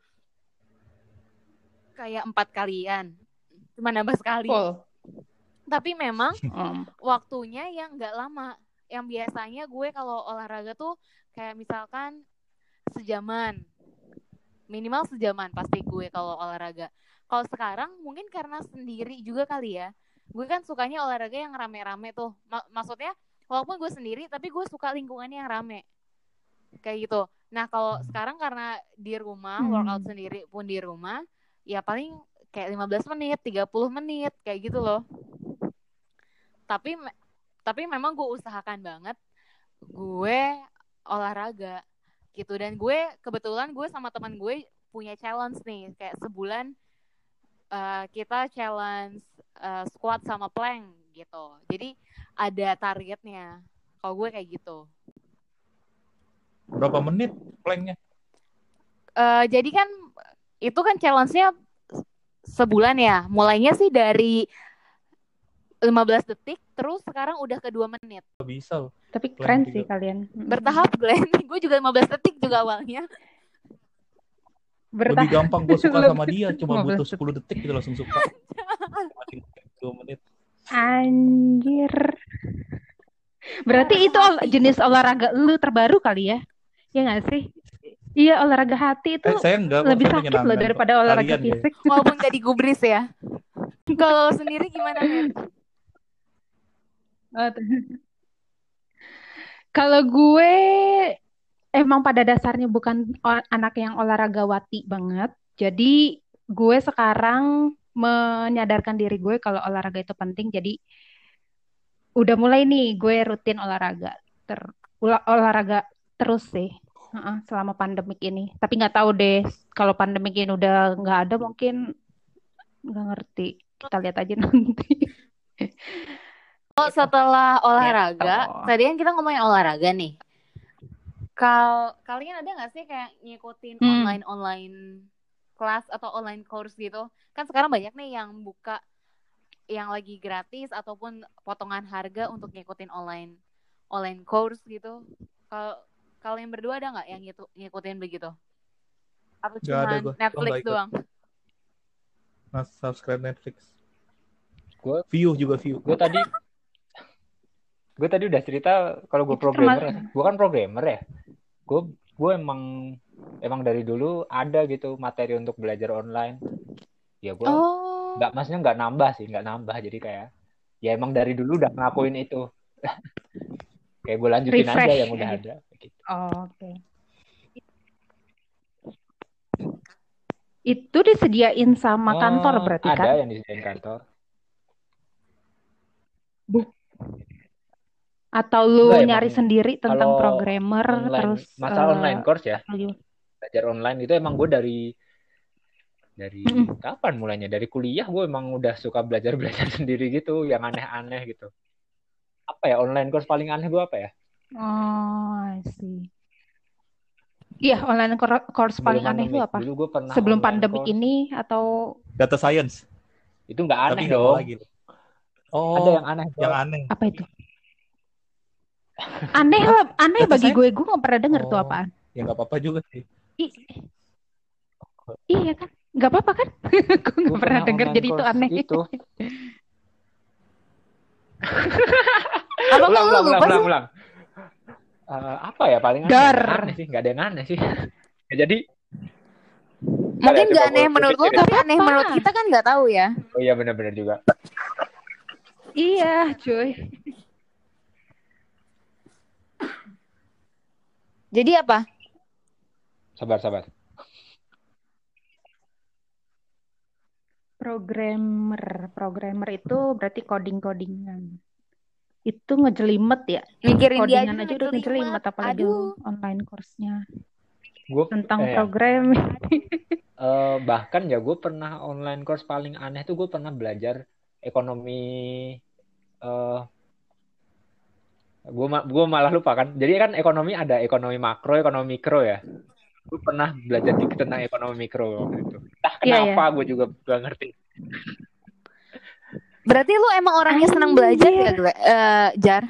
kayak 4 kalian, cuma nambah sekali. Full. Tapi memang waktunya yang nggak lama. Yang biasanya gue kalau olahraga tuh kayak misalkan sejaman, minimal sejaman pasti gue kalau olahraga. Kalau sekarang mungkin karena sendiri juga kali ya, gue kan sukanya olahraga yang rame-rame tuh. Maksudnya walaupun gue sendiri, tapi gue suka lingkungannya yang rame kayak gitu. Nah, kalau sekarang karena di rumah, workout sendiri pun di rumah, ya paling kayak 15 menit, 30 menit kayak gitu loh. Tapi memang gue usahakan banget gue olahraga gitu. Dan kebetulan gue sama teman gue punya challenge nih, kayak sebulan kita challenge squat sama plank gitu. Jadi ada targetnya. Kalau gue kayak gitu. Berapa menit planknya? Jadi kan itu kan challenge-nya sebulan ya. Mulainya sih dari 15 detik, terus sekarang udah ke 2 menit. Bisa loh. Tapi keren sih kalian. Bertahap, Glenn. Gue juga 15 detik juga awalnya. Lebih gampang gue suka sama dia, cuma butuh 10 detik gitu langsung suka. 2 menit. Anjir. Berarti itu jenis olahraga lu terbaru kali ya? Ya nggak sih? Iya, olahraga hati itu lebih sakit loh daripada olahraga fisik. Ya. Walaupun gak digubris ya. Kalau sendiri gimana, Mir? Kalau gue emang pada dasarnya bukan anak yang olahragawati banget. Jadi gue sekarang menyadarkan diri gue kalau olahraga itu penting. Jadi udah mulai nih gue rutin olahraga. Olahraga terus sih selama pandemik ini. Tapi nggak tahu deh kalau pandemik ini udah nggak ada, mungkin nggak ngerti. Kita lihat aja nanti. Setelah olahraga, tadi kan kita ngomongin olahraga nih. Kalian ada nggak sih kayak ngikutin online kelas atau online course gitu? Kan sekarang banyak nih yang buka yang lagi gratis ataupun potongan harga untuk ngikutin online course gitu. Kalau kalian berdua ada nggak yang ngikutin begitu? Atau cuma Netflix doang? Nah, subscribe Netflix. View. Gue tadi udah cerita kalau gue programmer. Gue kan programmer ya. Gue emang dari dulu ada gitu materi untuk belajar online. Ya gue nggak nambah. Jadi kayak ya emang dari dulu udah ngakuin itu. Kayak gue lanjutin aja yang udah ada. Gitu. Oke. Itu disediain sama kantor berarti kan? Ada yang disediain kantor. Atau lu nyari sendiri tentang programmer online, terus masalah online course ya, belajar online itu emang gue dari kapan mulainya, dari kuliah gue emang udah suka belajar sendiri gitu, yang aneh-aneh gitu. Apa ya online course paling aneh gue apa ya? I see. Iya, online course paling aneh itu apa? Dulu gue pernah sebelum pandemik ini atau data science. Itu nggak aneh dong. Ada yang aneh. Yang aneh. Apa itu? Aneh bagi gue nggak pernah denger tuh apaan. Ya nggak apa-apa juga sih. Iya kan, nggak apa-apa kan? Gue nggak pernah denger, jadi itu aneh. Itu. Apa ulang. Apa ya paling aneh sih? Nggak ada yang aneh sih. Ya, jadi mungkin nggak aneh menurut lo, tapi aneh menurut kita kan nggak tahu ya. Oh iya, benar-benar juga. Iya, cuy. Jadi apa? Sabar. Programmer itu berarti codingan. Itu ngejelimet ya. Mikirin dia Codingan aja udah ngejelimet, apalagi Aduh. online course-nya Gue tentang programming. bahkan ya gue pernah online course paling aneh tuh gue pernah belajar ekonomi. Gue malah lupa kan. Jadi kan ekonomi ada ekonomi makro, ekonomi mikro ya. Gue pernah belajar dikit tentang ekonomi mikro waktu itu. Entah kenapa gue juga gak ngerti. Berarti lu emang orangnya senang belajar ya, Jar?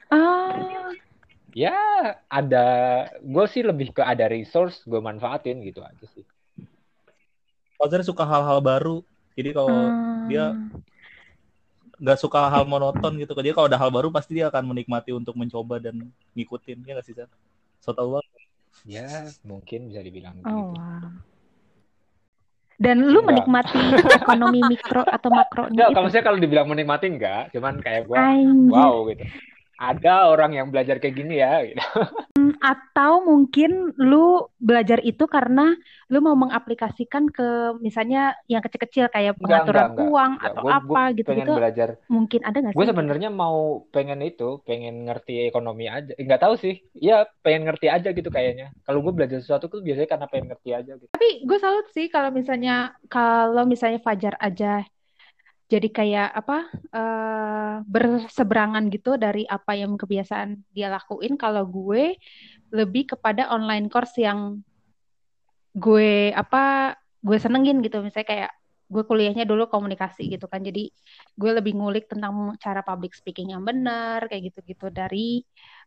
Ya ada, gue sih lebih ke ada resource gue manfaatin gitu aja sih. Fajar suka hal-hal baru, jadi kalau dia nggak suka hal monoton gitu, dia kalau ada hal baru pasti dia akan menikmati untuk mencoba dan ngikutin, ya nggak sih Zar? So tau banget. Ya mungkin bisa dibilang Oh, gitu. wow. Dan lu menikmati ekonomi mikro atau makronya itu? Maksudnya kalau dibilang menikmati enggak, cuman kayak gue wow gitu. Ada orang yang belajar kayak gini ya gitu. Atau mungkin lu belajar itu karena lu mau mengaplikasikan ke misalnya yang kecil-kecil kayak pengaturan uang atau apa gitu. Pengen belajar. Mungkin ada nggak sih? Gue sebenarnya mau pengen ngerti ekonomi aja. Nggak tahu sih. Iya, pengen ngerti aja gitu kayaknya. Kalau gue belajar sesuatu tuh biasanya karena pengen ngerti aja gitu. Tapi gue salut sih kalau misalnya Fajar aja jadi kayak berseberangan gitu dari apa yang kebiasaan dia lakuin. Kalau gue lebih kepada online course yang gue senengin gitu. Misalnya kayak gue kuliahnya dulu komunikasi gitu kan, jadi gue lebih ngulik tentang cara public speaking yang benar kayak gitu-gitu dari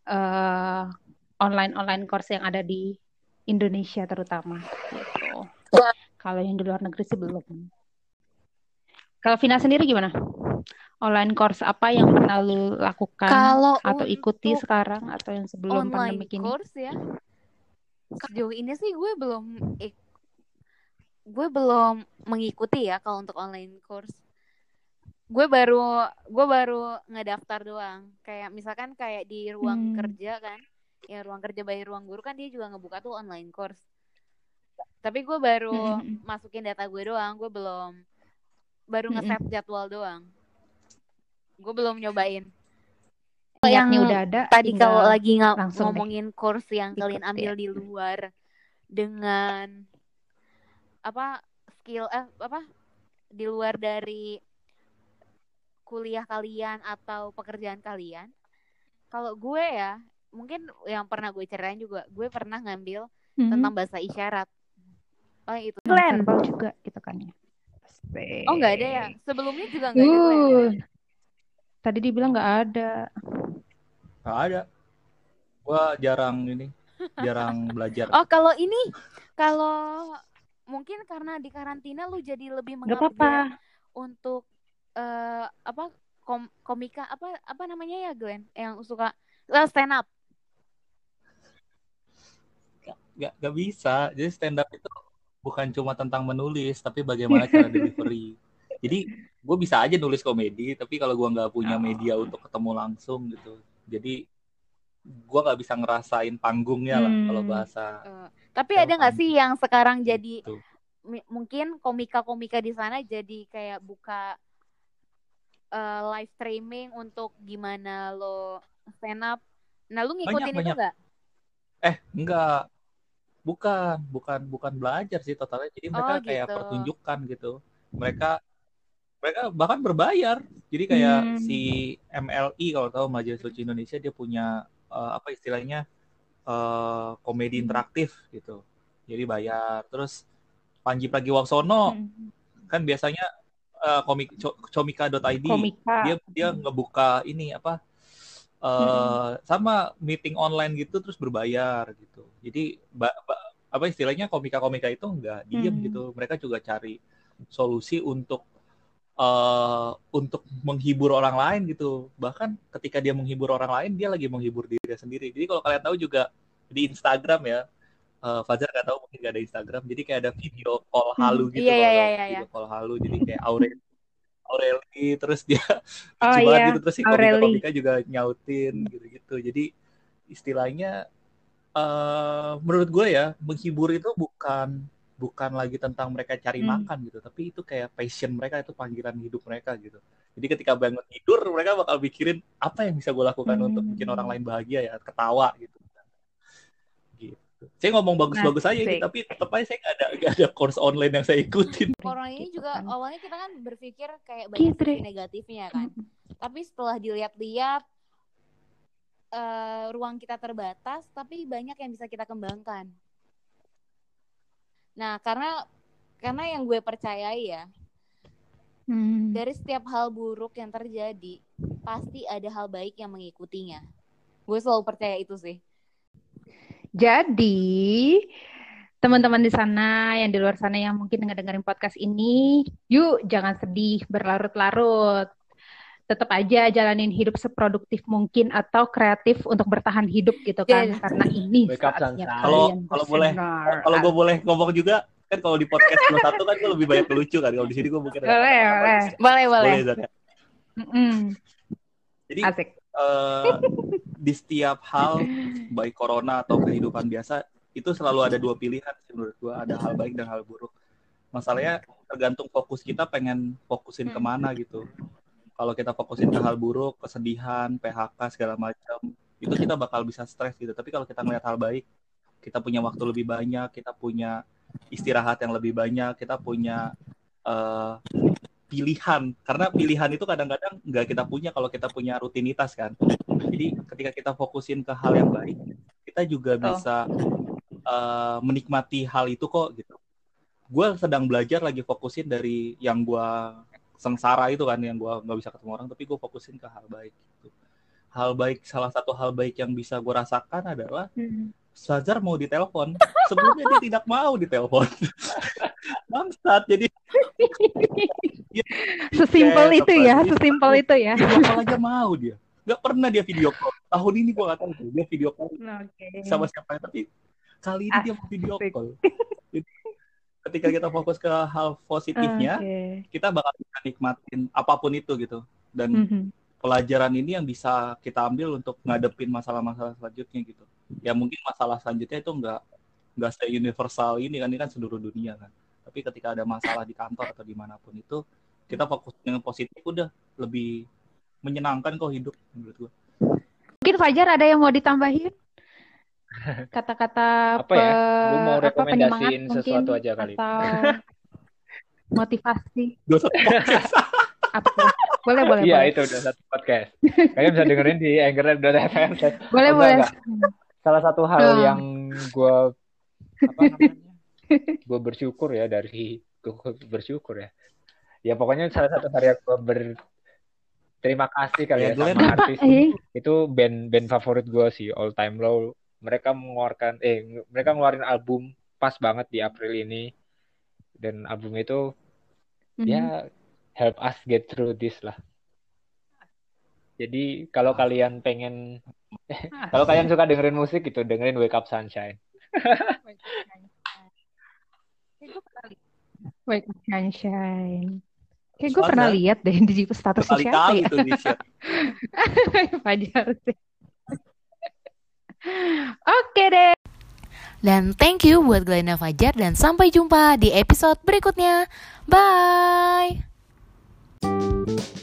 online course yang ada di Indonesia terutama gitu. Kalau yang di luar negeri sih belum. Kalau Vina sendiri gimana? Online course apa yang pernah lu lakukan atau ikuti sekarang atau yang sebelum pandemi ini? Online course ya. Sejauh ini sih gue belum mengikuti ya kalau untuk online course. Gue baru ngedaftar doang. Kayak misalkan kayak di ruang kerja kan. Ya ruang kerja by ruang guru kan dia juga ngebuka tuh online course. Tapi gue baru masukin data gue doang. Gue baru nge-set jadwal doang. Gue belum nyobain. Yang udah ada. Tadi kalau lagi ngomongin course yang kalian ambil di luar dengan skill di luar dari kuliah kalian atau pekerjaan kalian. Kalau gue ya, mungkin yang pernah gue ceritain juga, gue pernah ngambil tentang bahasa isyarat. Oh itu. Glenn juga gitu kan ya. Oh nggak ada ya? Sebelumnya juga nggak ada Glenn ya? Tadi dibilang nggak ada. Nggak ada. Gue jarang belajar. Oh kalau mungkin karena di karantina lu jadi lebih mengupgrade untuk komika apa namanya ya Glenn? Yang suka stand up. Gak bisa. Jadi stand up itu bukan cuma tentang menulis, tapi bagaimana cara delivery. Jadi gue bisa aja nulis komedi, tapi kalau gue nggak punya media untuk ketemu langsung gitu, jadi gue nggak bisa ngerasain panggungnya lah kalau bahasa. Tapi ada nggak sih yang sekarang jadi mungkin komika di sana jadi kayak buka live streaming untuk gimana lo stand up. Nah lu ngikutin itu nggak? Enggak. Bukan belajar sih totalnya. Jadi mereka kayak pertunjukan gitu. Mereka bahkan berbayar. Jadi kayak si MLI kalau tahu Majelis Lucu Indonesia, dia punya istilahnya komedi interaktif gitu. Jadi bayar. Terus Panji Pragiwaksono kan biasanya comika.id dia ngebuka ini sama meeting online gitu terus berbayar gitu. Jadi istilahnya komika-komika itu enggak diem gitu. Mereka juga cari solusi untuk menghibur orang lain gitu. Bahkan ketika dia menghibur orang lain, dia lagi menghibur dirinya sendiri. Jadi kalau kalian tahu juga di Instagram ya, Fajar nggak tahu, mungkin nggak ada Instagram. Jadi kayak ada video call halu gitu. Video call halu. Jadi kayak Aureli, terus dia lucu banget gitu, terus si komika juga nyautin gitu-gitu. Jadi istilahnya menurut gue ya, menghibur itu bukan bukan lagi tentang mereka cari makan gitu, tapi itu kayak passion mereka, itu panggilan hidup mereka gitu. Jadi ketika bangun tidur mereka bakal mikirin apa yang bisa gue lakukan untuk bikin orang lain bahagia ya, ketawa gitu. Saya ngomong bagus-bagus aja ini, tapi tetap aja saya nggak ada course online yang saya ikutin. Corona ini juga awalnya kita kan berpikir kayak banyak sisi negatifnya kan, tapi setelah dilihat-lihat ruang kita terbatas, tapi banyak yang bisa kita kembangkan. Nah, karena yang gue percayai ya, dari setiap hal buruk yang terjadi, pasti ada hal baik yang mengikutinya. Gue selalu percaya itu sih. Jadi, teman-teman di sana, yang di luar sana yang mungkin dengerin podcast ini, yuk jangan sedih berlarut-larut. Tetap aja jalanin hidup seproduktif mungkin atau kreatif untuk bertahan hidup gitu kan. Karena ini saatnya kalian bersinar. Kalau gue boleh ngomong juga, kan kalau di podcast 21 kan gue lebih banyak lucu kan. Kalau di sini gue mungkin boleh. Jadi asik. Di setiap hal, baik corona atau kehidupan biasa, itu selalu ada dua pilihan menurut gue, ada hal baik dan hal buruk. Masalahnya tergantung fokus kita pengen fokusin kemana gitu. Kalau kita fokusin ke hal buruk, kesedihan, PHK segala macam, itu kita bakal bisa stres gitu. Tapi kalau kita ngeliat hal baik, kita punya waktu lebih banyak, kita punya istirahat yang lebih banyak, kita punya pilihan. Karena pilihan itu kadang-kadang nggak kita punya kalau kita punya rutinitas kan. Jadi ketika kita fokusin ke hal yang baik, kita juga bisa menikmati hal itu kok gitu. Gue sedang belajar lagi fokusin dari yang gue sengsara itu kan, yang gue nggak bisa ketemu orang, tapi gue fokusin ke hal baik gitu. Hal baik, salah satu hal baik yang bisa gue rasakan adalah Fajar mau ditelepon, sebelumnya dia tidak mau ditelepon. Bangsat, jadi sesimpel itu ya. Video aja mau dia. Gak pernah dia video call. Tahun ini gue gak tahu tuh, dia video call sama siapa, tapi kali ini dia mau video call. Jadi, ketika kita fokus ke hal positifnya, kita bakal bisa nikmatin apapun itu gitu. Dan pelajaran ini yang bisa kita ambil untuk ngadepin masalah-masalah selanjutnya gitu. Ya mungkin masalah selanjutnya itu nggak se-universal ini kan seluruh dunia kan. Tapi ketika ada masalah di kantor atau dimanapun itu, kita fokus dengan positif, udah lebih menyenangkan kok hidup menurut gue. Mungkin Fajar ada yang mau ditambahin? Kata-kata apa ya? Gue mau rekomendasiin sesuatu mungkin, aja kali. Atau motivasi. Apa? Boleh. Iya, itu udah satu podcast. Kalian bisa dengerin di Anchor.fm. Boleh. Salah satu hal yang gue gue bersyukur ya ya pokoknya salah satu hari gue berterima kasih kali ya sama artis itu band favorit gue sih, All Time Low. Mereka ngeluarin album pas banget di April ini, dan album itu ya help us get through this lah. Jadi kalau kalian pengen kalau kalian suka dengerin musik gitu, dengerin Wake Up Sunshine. Wake Up Sunshine. Kayak gue pernah lihat deh di status siapa ya. Fajar sih. Oke deh. Dan thank you buat Glenda Fajar, dan sampai jumpa di episode berikutnya. Bye.